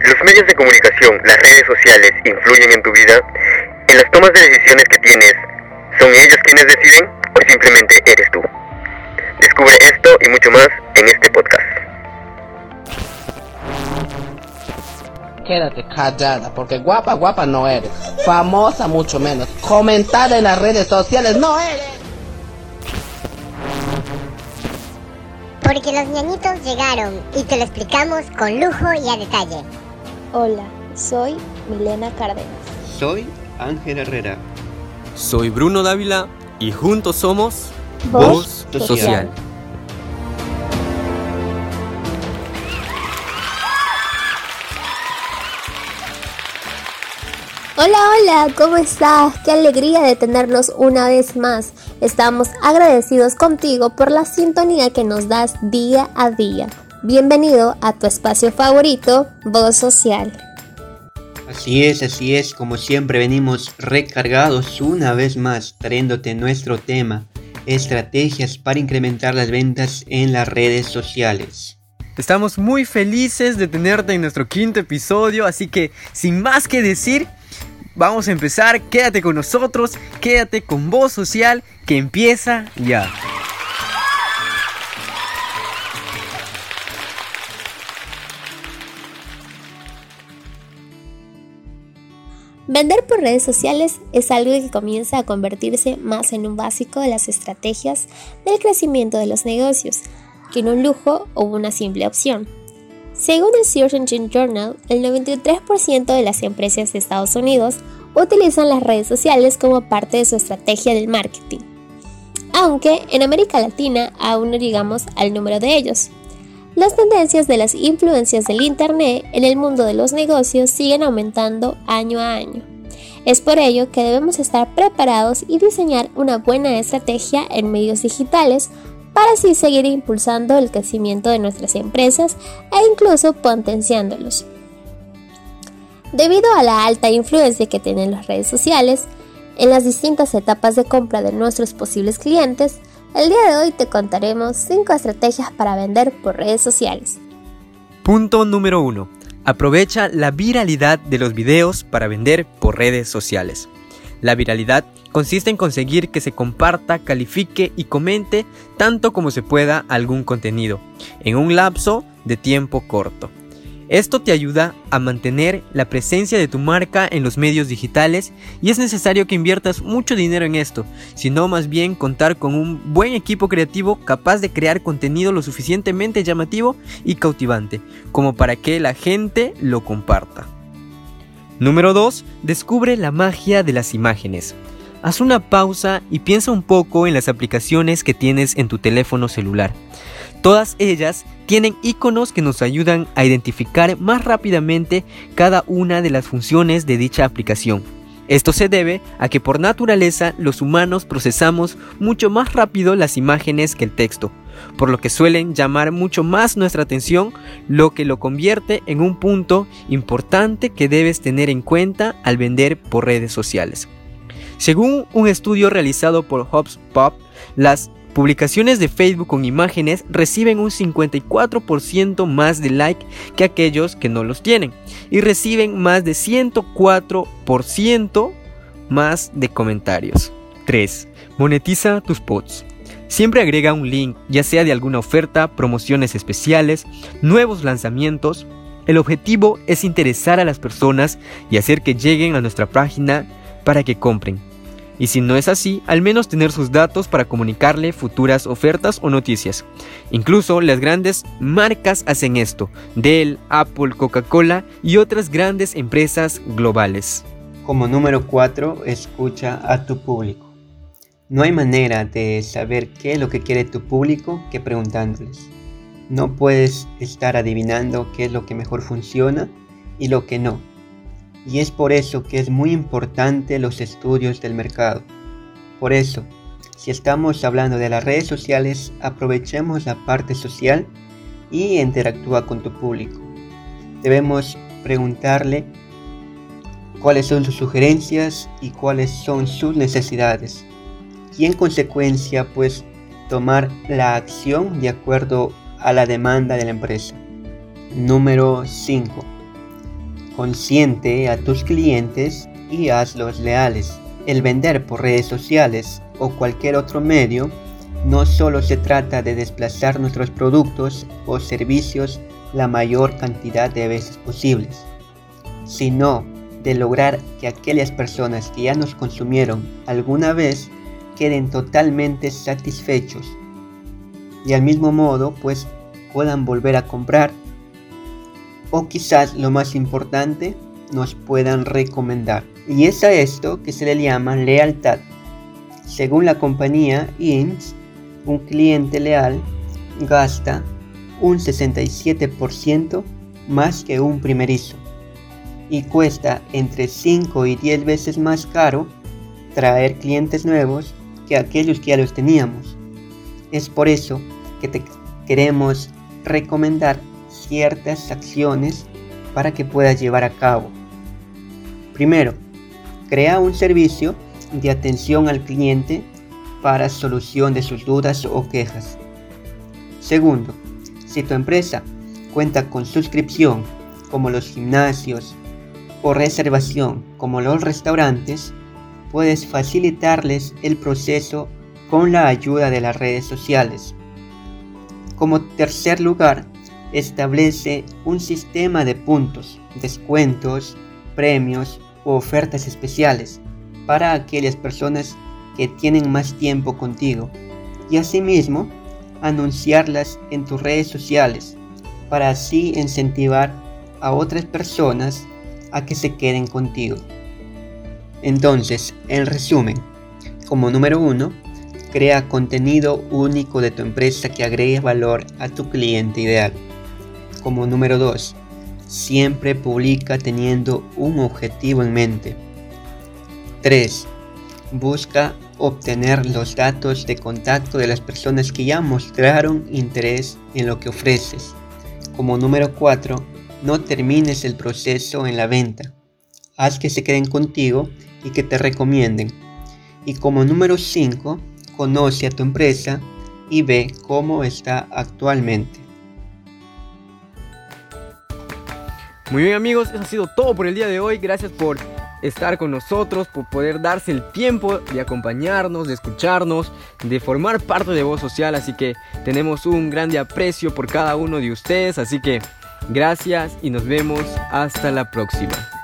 Los medios de comunicación, las redes sociales, influyen en tu vida, en las tomas de decisiones que tienes. ¿Son ellos quienes deciden o simplemente eres tú? Descubre esto y mucho más en este podcast. Quédate callada, porque guapa no eres. Famosa mucho menos. Comentada en las redes sociales no eres. Porque los ñañitos llegaron y te lo explicamos con lujo y a detalle. Hola, soy Milena Cárdenas. Soy Ángel Herrera. Soy Bruno Dávila y juntos somos Voz Social. Hola, ¿cómo estás? Qué alegría de tenernos una vez más. Estamos agradecidos contigo por la sintonía que nos das día a día. Bienvenido a tu espacio favorito, Voz Social. Así es, como siempre venimos recargados una vez más, trayéndote nuestro tema, estrategias para incrementar las ventas en las redes sociales. Estamos muy felices de tenerte en nuestro 5º episodio, así que sin más que decir, vamos a empezar. Quédate con nosotros, quédate con Voz Social, que empieza ya. Vender por redes sociales es algo que comienza a convertirse más en un básico de las estrategias del crecimiento de los negocios, que en un lujo o una simple opción. Según el Search Engine Journal, el 93% de las empresas de Estados Unidos utilizan las redes sociales como parte de su estrategia del marketing, aunque en América Latina aún no llegamos al número de ellos. Las tendencias de las influencias del Internet en el mundo de los negocios siguen aumentando año a año. Es por ello que debemos estar preparados y diseñar una buena estrategia en medios digitales para así seguir impulsando el crecimiento de nuestras empresas e incluso potenciándolos. Debido a la alta influencia que tienen las redes sociales en las distintas etapas de compra de nuestros posibles clientes, el día de hoy te contaremos 5 estrategias para vender por redes sociales. Punto número 1. Aprovecha la viralidad de los videos para vender por redes sociales. La viralidad consiste en conseguir que se comparta, califique y comente tanto como se pueda algún contenido, en un lapso de tiempo corto. Esto te ayuda a mantener la presencia de tu marca en los medios digitales y es necesario que inviertas mucho dinero en esto, sino más bien contar con un buen equipo creativo capaz de crear contenido lo suficientemente llamativo y cautivante como para que la gente lo comparta. Número 2. Descubre la magia de las imágenes. Haz una pausa y piensa un poco en las aplicaciones que tienes en tu teléfono celular. Todas ellas tienen iconos que nos ayudan a identificar más rápidamente cada una de las funciones de dicha aplicación. Esto se debe a que por naturaleza los humanos procesamos mucho más rápido las imágenes que el texto, por lo que suelen llamar mucho más nuestra atención, lo que lo convierte en un punto importante que debes tener en cuenta al vender por redes sociales. Según un estudio realizado por HubSpot, las publicaciones de Facebook con imágenes reciben un 54% más de like que aquellos que no los tienen y reciben más de 104% más de comentarios. 3. Monetiza tus posts. Siempre agrega un link, ya sea de alguna oferta, promociones especiales, nuevos lanzamientos. El objetivo es interesar a las personas y hacer que lleguen a nuestra página para que compren. Y si no es así, al menos tener sus datos para comunicarle futuras ofertas o noticias. Incluso las grandes marcas hacen esto, Dell, Apple, Coca-Cola y otras grandes empresas globales. Como número 4, escucha a tu público. No hay manera de saber qué es lo que quiere tu público que preguntándoles. No puedes estar adivinando qué es lo que mejor funciona y lo que no. Y es por eso que es muy importante los estudios del mercado. Por eso, si estamos hablando de las redes sociales, aprovechemos la parte social y interactúa con tu público. Debemos preguntarle cuáles son sus sugerencias y cuáles son sus necesidades. Y en consecuencia, pues, tomar la acción de acuerdo a la demanda de la empresa. Número 5. Consiente a tus clientes y hazlos leales. El vender por redes sociales o cualquier otro medio no solo se trata de desplazar nuestros productos o servicios la mayor cantidad de veces posibles, sino de lograr que aquellas personas que ya nos consumieron alguna vez queden totalmente satisfechos y al mismo modo pues puedan volver a comprar o quizás lo más importante, nos puedan recomendar. Y es a esto que se le llama lealtad. Según la compañía INS, un cliente leal gasta un 67% más que un primerizo y cuesta entre 5 y 10 veces más caro traer clientes nuevos que aquellos que ya los teníamos. Es por eso que te queremos recomendar ciertas acciones para que puedas llevar a cabo. Primero, crea un servicio de atención al cliente para solución de sus dudas o quejas. Segundo, si tu empresa cuenta con suscripción como los gimnasios o reservación como los restaurantes, puedes facilitarles el proceso con la ayuda de las redes sociales. Como tercer lugar, establece un sistema de puntos, descuentos, premios u ofertas especiales para aquellas personas que tienen más tiempo contigo y asimismo anunciarlas en tus redes sociales para así incentivar a otras personas a que se queden contigo. Entonces, en resumen, como número 1, crea contenido único de tu empresa que agregue valor a tu cliente ideal. Como número 2, siempre publica teniendo un objetivo en mente. 3. Busca obtener los datos de contacto de las personas que ya mostraron interés en lo que ofreces. Como número 4, no termines el proceso en la venta. Haz que se queden contigo y que te recomienden. Y como número 5, conoce a tu empresa y ve cómo está actualmente. Muy bien amigos, eso ha sido todo por el día de hoy. Gracias por estar con nosotros, por poder darse el tiempo de acompañarnos, de escucharnos, de formar parte de Voz Social. Así que tenemos un grande aprecio por cada uno de ustedes. Así que gracias y nos vemos hasta la próxima.